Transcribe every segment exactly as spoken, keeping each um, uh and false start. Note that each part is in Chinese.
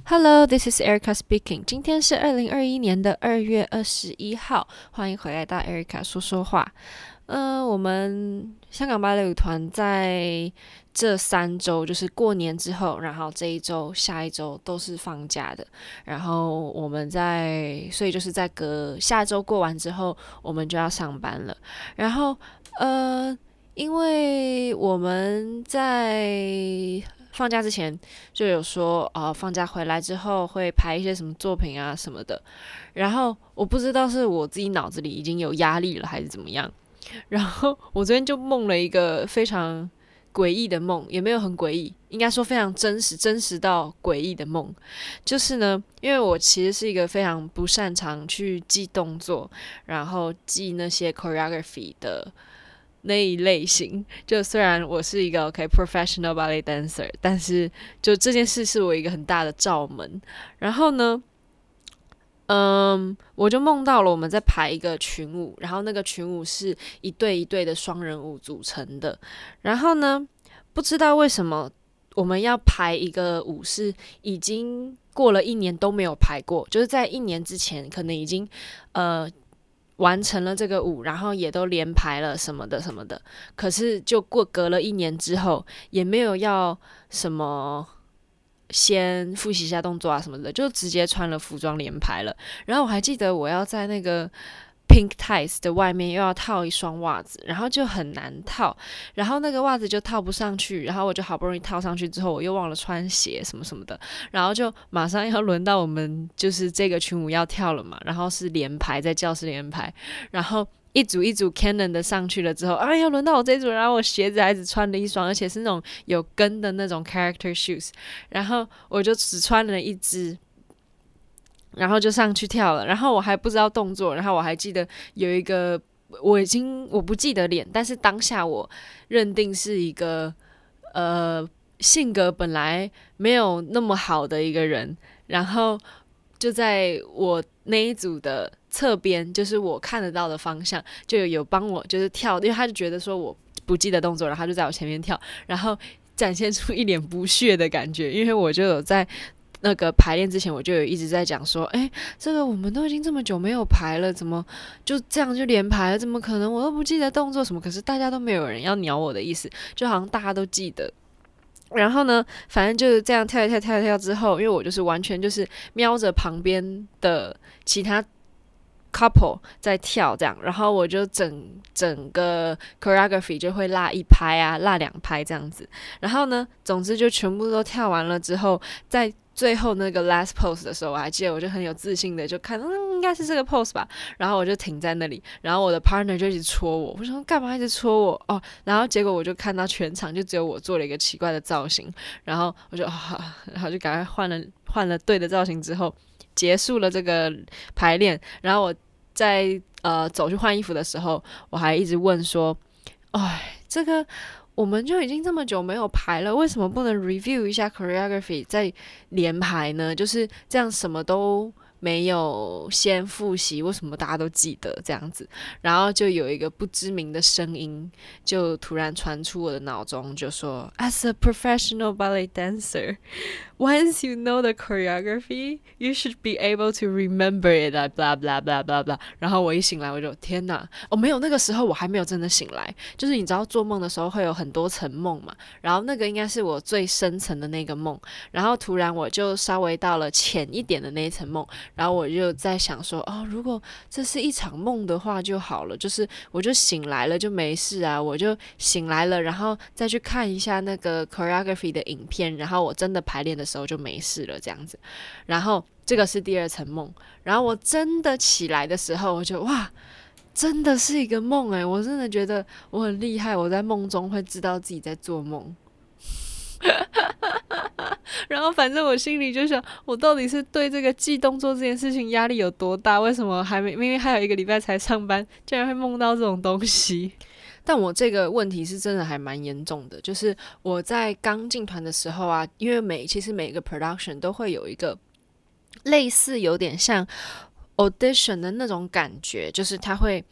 Hello, this is Erica speaking. 今天是二零二一年的二月二十一号，欢迎回来到 Erica 说说话。嗯、呃，我们香港芭蕾舞团在这三周，就是过年之后，然后这一周、下一周都是放假的。然后我们在，所以就是在隔下周过完之后，我们就要上班了。然后呃，因为我们在放假之前就有说，呃，放假回来之后会排一些什么作品啊什么的。然后我不知道是我自己脑子里已经有压力了，还是怎么样。然后我昨天就梦了一个非常诡异的梦，也没有很诡异，应该说非常真实，真实到诡异的梦。就是呢，因为我其实是一个非常不擅长去记动作，然后记那些 choreography 的那一类型。就虽然我是一个 OK professional ballet dancer，但是就这件事是我一个很大的罩门。然后呢，嗯，我就梦到了我们在排一个群舞，然后那个群舞是一对一对的双人舞组成的。然后呢，不知道为什么我们要排一个舞是已经过了一年都没有排过，就是在一年之前可能已经呃完成了这个舞，然后也都连排了什么的什么的，可是就过隔了一年之后，也没有要什么先复习一下动作啊什么的，就直接穿了服装连排了。然后我还记得我要在那个 pink ties 的外面又要套一双袜子，然后就很难套，然后那个袜子就套不上去，然后我就好不容易套上去之后，我又忘了穿鞋什么什么的，然后就马上要轮到我们就是这个群舞要跳了嘛，然后是连排在教室连排，然后一组一组 Canon 的上去了之后，啊，要轮到我这一组，然后我鞋子还只穿了一双，而且是那种有跟的那种 character shoes，然后我就只穿了一只，然后就上去跳了，然后我还不知道动作，然后我还记得有一个，我已经我不记得脸，但是当下我认定是一个呃性格本来没有那么好的一个人，然后就在我那一组的侧边，就是我看得到的方向，就有有帮我就是跳，因为他就觉得说我不记得动作，然后他就在我前面跳，然后展现出一脸不屑的感觉，因为我就有在那个排练之前，我就有一直在讲说，哎，这个我们都已经这么久没有排了，怎么就这样就连排了？怎么可能？我都不记得动作什么，可是大家都没有人要鸟我的意思，就好像大家都记得。然后呢，反正就是这样跳一跳跳一跳之后，因为我就是完全就是瞄着旁边的其他 couple 在跳这样，然后我就整整个 choreography 就会落一拍啊，落两拍这样子。然后呢，总之就全部都跳完了之后，在最后那个 last pose 的时候，我还记得我就很有自信的就看，嗯，应该是这个 pose 吧。然后我就停在那里，然后我的 partner 就一直戳我，我说干嘛一直戳我哦？然后结果我就看到全场就只有我做了一个奇怪的造型，然后我就啊，然后就赶快换了换了对的造型之后，结束了这个排练，然后我在呃走去换衣服的时候，我还一直问说，哎，这个我们就已经这么久没有排了，为什么不能 review 一下 choreography 再连排呢？就是这样，什么都没有先复习，为什么大家都记得这样子？然后就有一个不知名的声音就突然传出我的脑中，就说：“As a professional ballet dancer, once you know the choreography, you should be able to remember it. Blah blah blah blah blah。”然后我一醒来，我就天哪！哦，没有，那个时候我还没有真的醒来。就是你知道做梦的时候会有很多层梦嘛，然后那个应该是我最深层的那个梦。然后突然我就稍微到了浅一点的那一层梦，然后我就在想说，哦，如果这是一场梦的话就好了，就是我就醒来了就没事啊，我就醒来了，然后再去看一下那个 choreography 的影片，然后我真的排练的时候就没事了这样子。然后这个是第二层梦，然后我真的起来的时候，我就哇，真的是一个梦诶，我真的觉得我很厉害，我在梦中会知道自己在做梦。然后反正我心里就想，我到底是对这个记动作这件事情压力有多大？为什么还没明明还有一个礼拜才上班，竟然会梦到这种东西？但我这个问题是真的还蛮严重的，就是我在刚进团的时候啊，因为每其实每个 production 都会有一个类似有点像 audition 的那种感觉，就是他会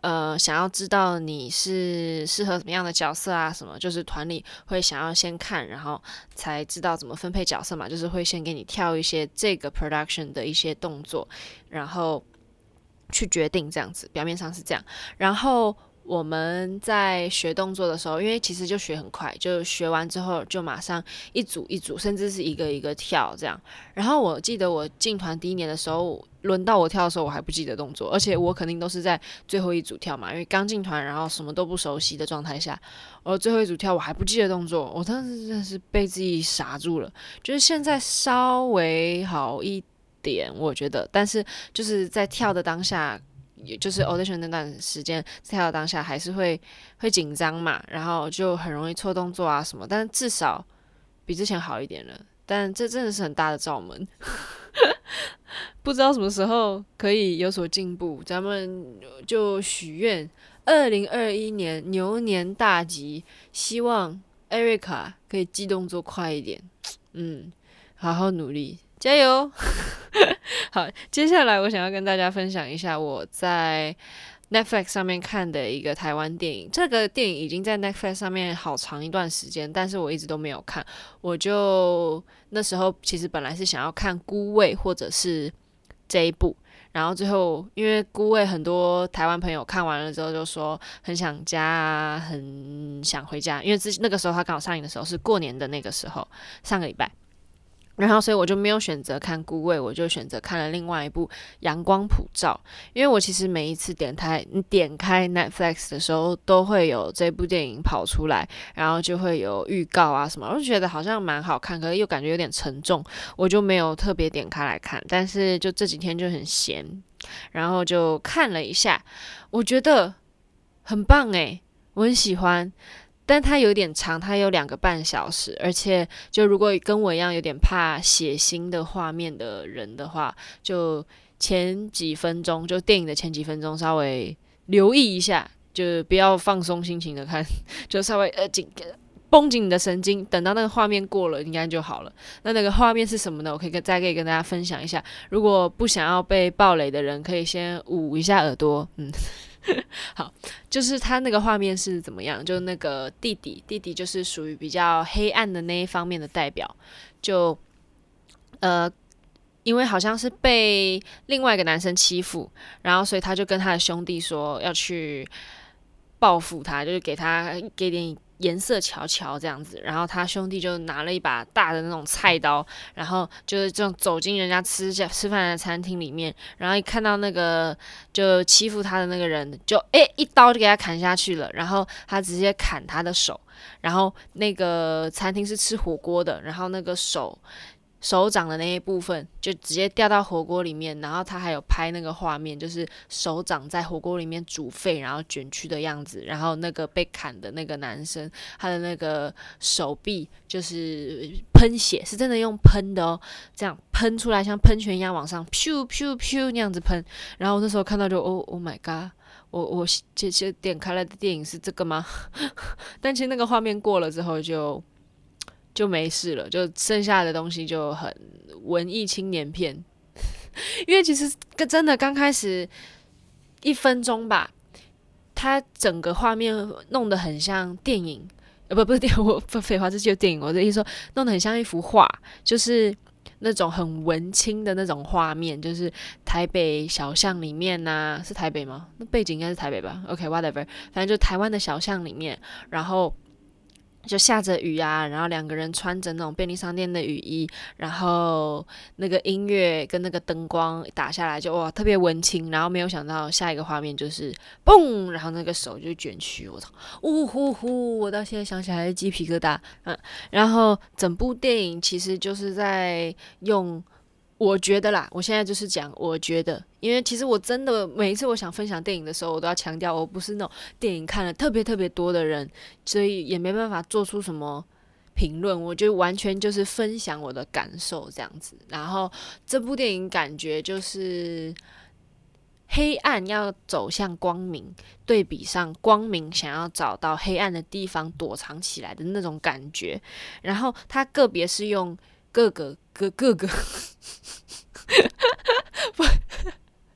呃想要知道你是适合什么样的角色啊什么，就是团里会想要先看，然后才知道怎么分配角色嘛，就是会先给你跳一些这个 production 的一些动作，然后去决定这样子，表面上是这样。然后我们在学动作的时候，因为其实就学很快，就学完之后就马上一组一组，甚至是一个一个跳这样。然后我记得我进团第一年的时候，轮到我跳的时候，我还不记得动作，而且我肯定都是在最后一组跳嘛，因为刚进团，然后什么都不熟悉的状态下，我最后一组跳我还不记得动作，我当时真的是被自己傻住了。就是现在稍微好一点，我觉得，但是就是在跳的当下。也就是 audition 那段时间跳的当下还是会会紧张嘛，然后就很容易错动作啊什么，但至少比之前好一点了。但这真的是很大的罩门，不知道什么时候可以有所进步。咱们就许愿，二零二一年牛年大吉，希望 Erica 可以记动作快一点，嗯，好好努力，加油！好，接下来我想要跟大家分享一下我在 Netflix 上面看的一个台湾电影。这个电影已经在 Netflix 上面好长一段时间，但是我一直都没有看。我就那时候其实本来是想要看《孤味》或者是这一部，然后最后因为《孤味》很多台湾朋友看完了之后就说很想家啊，很想回家，因为之那个时候他刚好上映的时候是过年的那个时候，上个礼拜。然后，所以我就没有选择看《孤味》，我就选择看了另外一部《阳光普照》。因为我其实每一次点开点开 Netflix 的时候，都会有这部电影跑出来，然后就会有预告啊什么，我就觉得好像蛮好看，可是又感觉有点沉重，我就没有特别点开来看。但是就这几天就很闲，然后就看了一下，我觉得很棒诶，我很喜欢。但它有点长，它有两个半小时，而且就如果跟我一样有点怕血腥的画面的人的话，就前几分钟，就电影的前几分钟稍微留意一下，就不要放松心情的看，就稍微呃紧绷紧你的神经，等到那个画面过了，应该就好了。那那个画面是什么呢？我可以跟再可以跟大家分享一下。如果不想要被暴雷的人，可以先捂一下耳朵，嗯。好，就是他那个画面是怎么样？就那个弟弟，弟弟就是属于比较黑暗的那一方面的代表。就呃，因为好像是被另外一个男生欺负，然后所以他就跟他的兄弟说要去报复他，就是给他给点颜色瞧瞧这样子。然后他兄弟就拿了一把大的那种菜刀，然后就是这种走进人家吃吃饭的餐厅里面，然后一看到那个就欺负他的那个人，就诶一刀就给他砍下去了，然后他直接砍他的手，然后那个餐厅是吃火锅的，然后那个手。手掌的那一部分就直接掉到火锅里面，然后他还有拍那个画面，就是手掌在火锅里面煮沸，然后卷曲的样子，然后那个被砍的那个男生，他的那个手臂就是喷血，是真的用喷的哦，这样喷出来像喷泉一样往上噗噗噗那样子喷，然后那时候看到就哦 Oh my god。我我这些点开来的电影是这个吗？但其实那个画面过了之后就就没事了，就剩下的东西就很文艺青年片。因为其实真的刚开始一分钟吧，它整个画面弄得很像电影，呃不不是电影，我废话，这就是电影。我的意思说，弄得很像一幅画，就是那种很文青的那种画面，就是台北小巷里面呐、啊，是台北吗？那背景应该是台北吧 ？OK，whatever，、okay, 反正就台湾的小巷里面，然后。就下着雨啊，然后两个人穿着那种便利商店的雨衣，然后那个音乐跟那个灯光打下来就哇特别文青，然后没有想到下一个画面就是嘣，然后那个手就卷曲，我操，呜呼呼，我到现在想起来还是鸡皮疙瘩，嗯，然后整部电影其实就是在用。我觉得啦，我现在就是讲，我觉得，因为其实我真的每一次我想分享电影的时候，我都要强调，我不是那种电影看了特别特别多的人，所以也没办法做出什么评论。我就完全就是分享我的感受这样子。然后这部电影感觉就是黑暗要走向光明，对比上光明想要找到黑暗的地方躲藏起来的那种感觉。然后它个别是用各个各各个。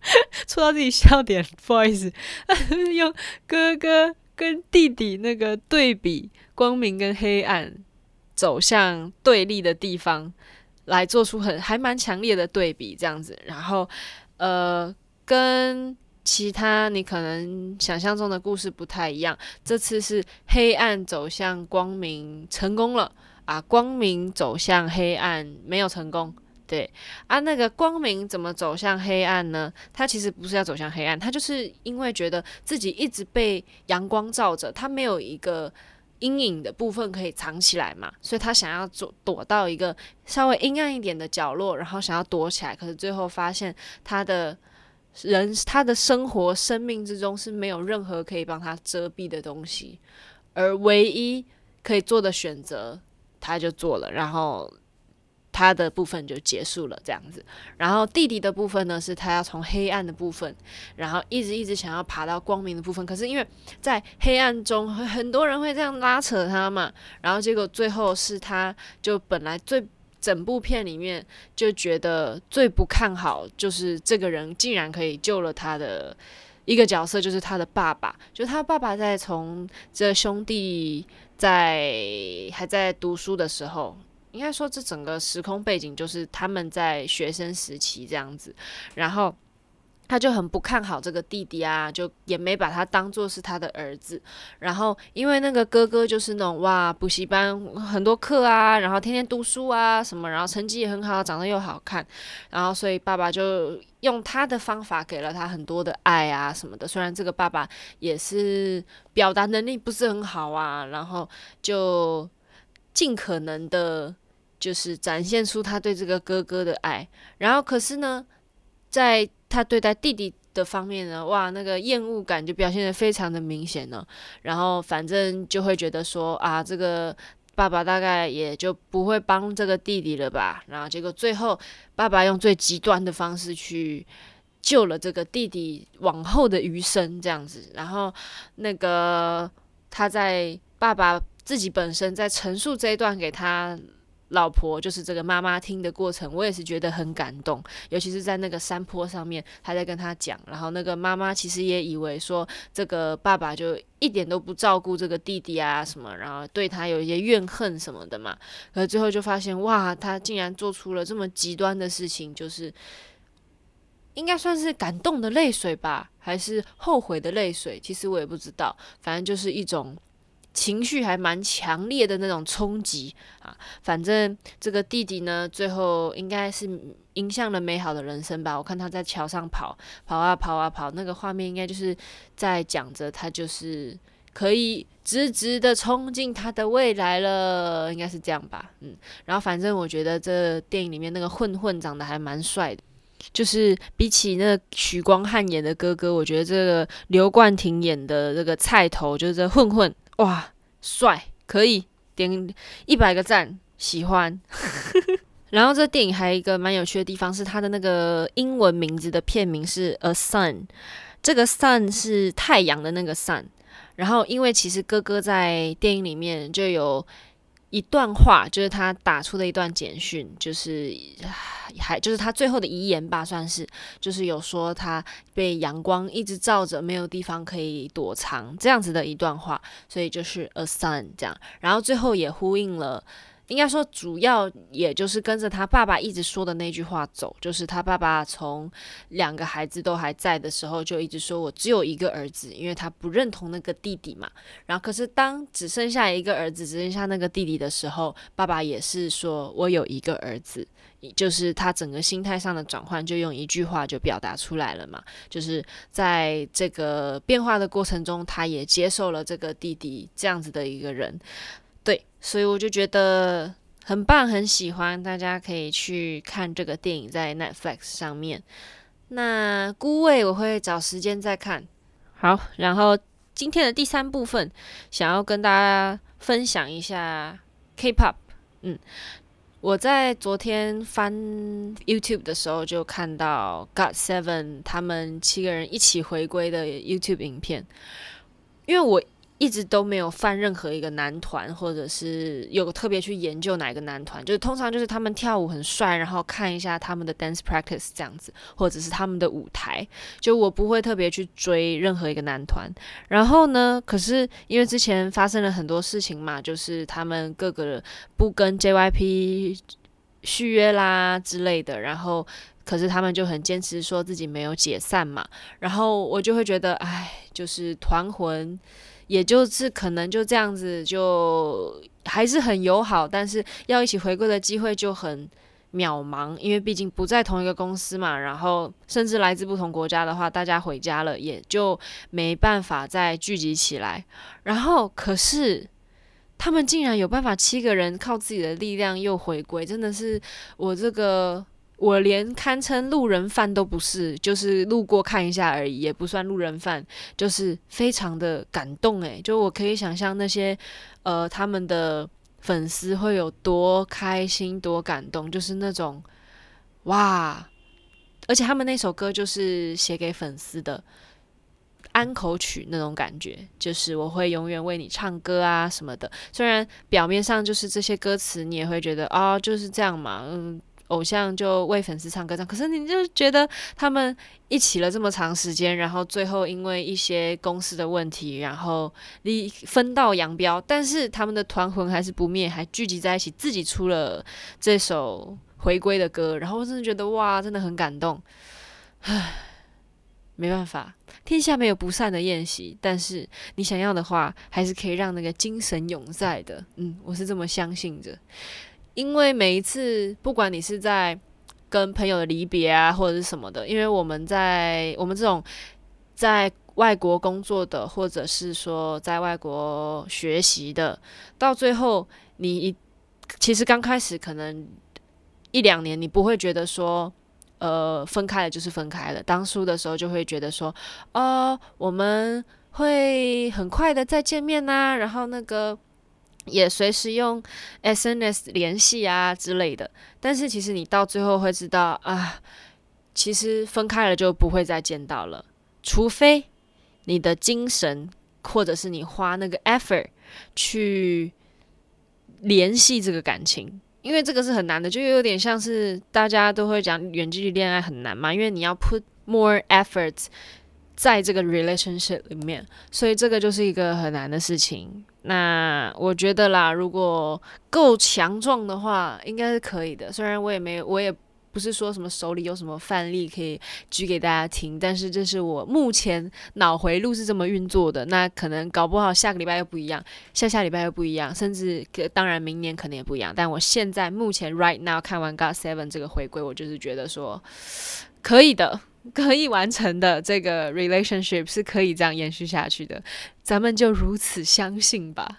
戳到自己笑点，不好意思，用哥哥跟弟弟那个对比，光明跟黑暗走向对立的地方，来做出很还蛮强烈的对比，这样子，然后呃，跟其他你可能想象中的故事不太一样，这次是黑暗走向光明成功了啊，光明走向黑暗没有成功。对啊，那个光明怎么走向黑暗呢？他其实不是要走向黑暗，他就是因为觉得自己一直被阳光照着，他没有一个阴影的部分可以藏起来嘛，所以他想要躲躲到一个稍微阴暗一点的角落，然后想要躲起来，可是最后发现他的人他的生活生命之中是没有任何可以帮他遮蔽的东西，而唯一可以做的选择他就做了，然后他的部分就结束了这样子。然后弟弟的部分呢，是他要从黑暗的部分，然后一直一直想要爬到光明的部分，可是因为在黑暗中很多人会这样拉扯他嘛，然后结果最后是他就本来最整部片里面就觉得最不看好，就是这个人竟然可以救了他的一个角色，就是他的爸爸。就他爸爸在从这兄弟在还在读书的时候，应该说这整个时空背景就是他们在学生时期这样子，然后他就很不看好这个弟弟啊，就也没把他当作是他的儿子。然后因为那个哥哥就是那种哇，补习班很多课啊，然后天天读书啊什么，然后成绩也很好，长得又好看，然后所以爸爸就用他的方法给了他很多的爱啊什么的。虽然这个爸爸也是表达能力不是很好啊，然后就尽可能的就是展现出他对这个哥哥的爱，然后可是呢，在他对待弟弟的方面呢，哇，那个厌恶感就表现得非常的明显呢。然后反正就会觉得说啊，这个爸爸大概也就不会帮这个弟弟了吧。然后结果最后爸爸用最极端的方式去救了这个弟弟往后的余生，这样子。然后那个他在爸爸自己本身在陈述这一段给他老婆，就是这个妈妈听的过程，我也是觉得很感动。尤其是在那个山坡上面，他在跟他讲，然后那个妈妈其实也以为说这个爸爸就一点都不照顾这个弟弟啊什么，然后对他有一些怨恨什么的嘛。可是最后就发现，哇，他竟然做出了这么极端的事情，就是应该算是感动的泪水吧，还是后悔的泪水？其实我也不知道，反正就是一种情绪还蛮强烈的那种冲击啊。反正这个弟弟呢，最后应该是迎向了美好的人生吧。我看他在桥上跑，跑啊跑啊跑，那个画面应该就是在讲着他就是可以直直的冲进他的未来了，应该是这样吧。嗯，然后反正我觉得这电影里面那个混混长得还蛮帅的。就是比起那个许光汉演的哥哥，我觉得这个刘冠廷演的这个菜头，就是这混混，哇，帅，可以点一百个赞，喜欢。然后这电影还有一个蛮有趣的地方是它的那个英文名字的片名是 A Sun， 这个 Sun 是太阳的那个 Sun。然后因为其实哥哥在电影里面就有一段话，就是他打出的一段简讯，就是还就是他最后的遗言吧，算是就是有说他被阳光一直照着，没有地方可以躲藏这样子的一段话，所以就是 a sun 这样。然后最后也呼应了，应该说主要也就是跟着他爸爸一直说的那句话走，就是他爸爸从两个孩子都还在的时候就一直说我只有一个儿子，因为他不认同那个弟弟嘛。然后可是当只剩下一个儿子，只剩下那个弟弟的时候，爸爸也是说我有一个儿子，就是他整个心态上的转换就用一句话就表达出来了嘛。就是在这个变化的过程中，他也接受了这个弟弟这样子的一个人。对，所以我就觉得很棒，很喜欢，大家可以去看这个电影，在 Netflix 上面。那孤味我会找时间再看。好，然后今天的第三部分，想要跟大家分享一下 K-pop。嗯，我在昨天翻 YouTube 的时候就看到 God Seven 他们七个人一起回归的 YouTube 影片，因为我一直都没有犯任何一个男团，或者是有特别去研究哪一个男团，就是通常就是他们跳舞很帅，然后看一下他们的 dance practice 这样子，或者是他们的舞台，就我不会特别去追任何一个男团。然后呢，可是因为之前发生了很多事情嘛，就是他们各个不跟 J Y P 续约啦之类的，然后可是他们就很坚持说自己没有解散嘛，然后我就会觉得，哎，就是团魂。也就是可能就这样子，就还是很友好，但是要一起回归的机会就很渺茫，因为毕竟不在同一个公司嘛，然后甚至来自不同国家的话，大家回家了，也就没办法再聚集起来。然后可是他们竟然有办法七个人靠自己的力量又回归，真的是我这个。我连堪称路人犯都不是，就是路过看一下而已，也不算路人犯，就是非常的感动诶，就我可以想象那些呃他们的粉丝会有多开心、多感动，就是那种哇，而且他们那首歌就是写给粉丝的安口曲那种感觉，就是我会永远为你唱歌啊什么的。虽然表面上就是这些歌词，你也会觉得哦就是这样嘛，嗯。偶像就为粉丝唱歌这样，可是你就觉得他们一起了这么长时间，然后最后因为一些公司的问题，然后离分道扬镳，但是他们的团魂还是不灭，还聚集在一起，自己出了这首回归的歌，然后我真的觉得哇，真的很感动。唉，没办法，天下没有不散的宴席，但是你想要的话，还是可以让那个精神永在的。嗯，我是这么相信着。因为每一次，不管你是在跟朋友的离别啊，或者是什么的，因为我们在我们这种在外国工作的，或者是说在外国学习的，到最后你其实刚开始可能一两年，你不会觉得说。呃，分开了就是分开了。当初的时候就会觉得说，哦，我们会很快的再见面啊，然后那个也随时用 S N S 联系啊之类的。但是其实你到最后会知道啊，其实分开了就不会再见到了，除非你的精神或者是你花那个 effort 去联系这个感情。因为这个是很难的，就有点像是大家都会讲远距离恋爱很难嘛，因为你要 put more effort 在这个 relationship 里面，所以这个就是一个很难的事情。那我觉得啦，如果够强壮的话，应该是可以的。虽然我也没有，我也不是说什么手里有什么范例可以举给大家听，但是这是我目前脑回路是这么运作的。那可能搞不好下个礼拜又不一样，下下礼拜又不一样，甚至当然明年可能也不一样。但我现在目前 right now 看完 God Seven 这个回归，我就是觉得说可以的。可以完成的这个 relationship 是可以这样延续下去的，咱们就如此相信吧。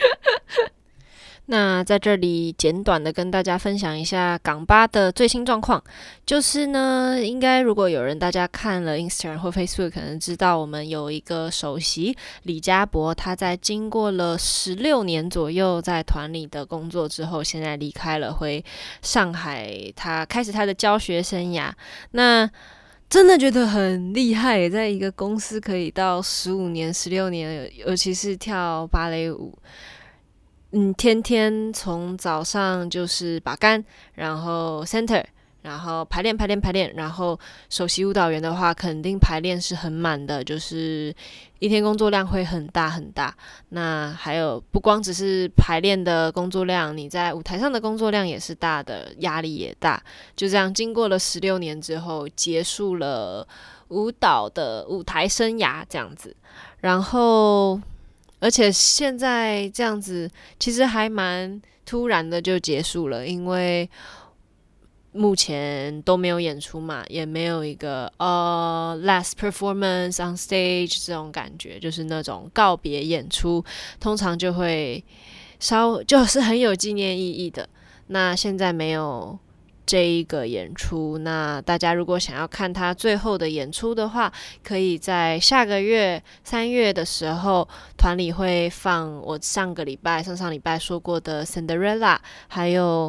那在这里简短的跟大家分享一下港巴的最新状况，就是呢，应该如果有人大家看了 Instagram 或 Facebook， 可能知道我们有一个首席李家博，他在经过了十六年左右在团里的工作之后，现在离开了，回上海，他开始他的教学生涯。那真的觉得很厉害，在一个公司可以到十五年、十六年，尤其是跳芭蕾舞。嗯，天天从早上就是把杆，然后 center， 然后排练排练排练，然后首席舞蹈员的话，肯定排练是很满的，就是一天工作量会很大很大。那还有不光只是排练的工作量，你在舞台上的工作量也是大的，压力也大。就这样，经过了十六年之后，结束了舞蹈的舞台生涯，这样子，然后。而且现在这样子其实还蛮突然的就结束了，因为目前都没有演出嘛，也没有一个呃 last performance on stage 这种感觉，就是那种告别演出，通常就会稍就是很有纪念意义的。那现在没有这一个演出，那大家如果想要看他最后的演出的话，可以在下个月三月的时候，团里会放我上个礼拜、上上礼拜说过的 Cinderella， 还有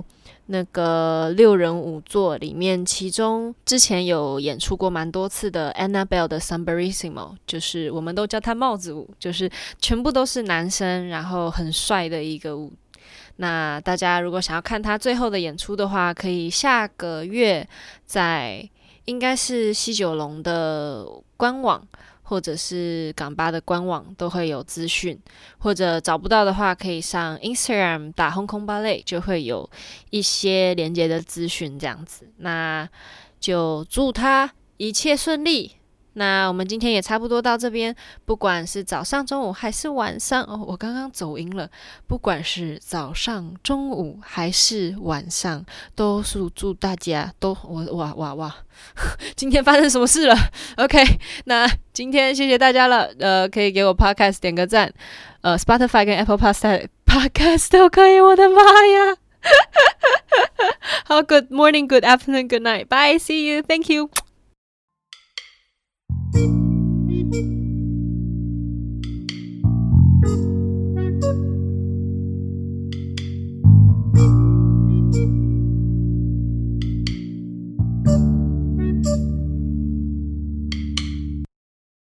那个六人舞作里面，其中之前有演出过蛮多次的 Annabelle 的 Sambarissimo， 就是我们都叫它帽子舞，就是全部都是男生，然后很帅的一个舞。那大家如果想要看他最后的演出的话，可以下个月在应该是西九龙的官网或者是港巴的官网都会有资讯，或者找不到的话可以上 Instagram 打 Hong Kong Ballet 就会有一些连接的资讯这样子。那就祝他一切顺利。那我们今天也差不多到这边，不管是早上、中午还是晚上哦，我刚刚走音了，不管是早上、中午还是晚上，都是祝大家都我哇哇哇，今天发生什么事了 ？OK， 那今天谢谢大家了，呃，可以给我 Podcast 点个赞，呃 ，Spotify 跟 Apple Podcast Podcast 都可以，我的妈呀！好 ，Good morning, good afternoon, good night, bye, see you, thank you.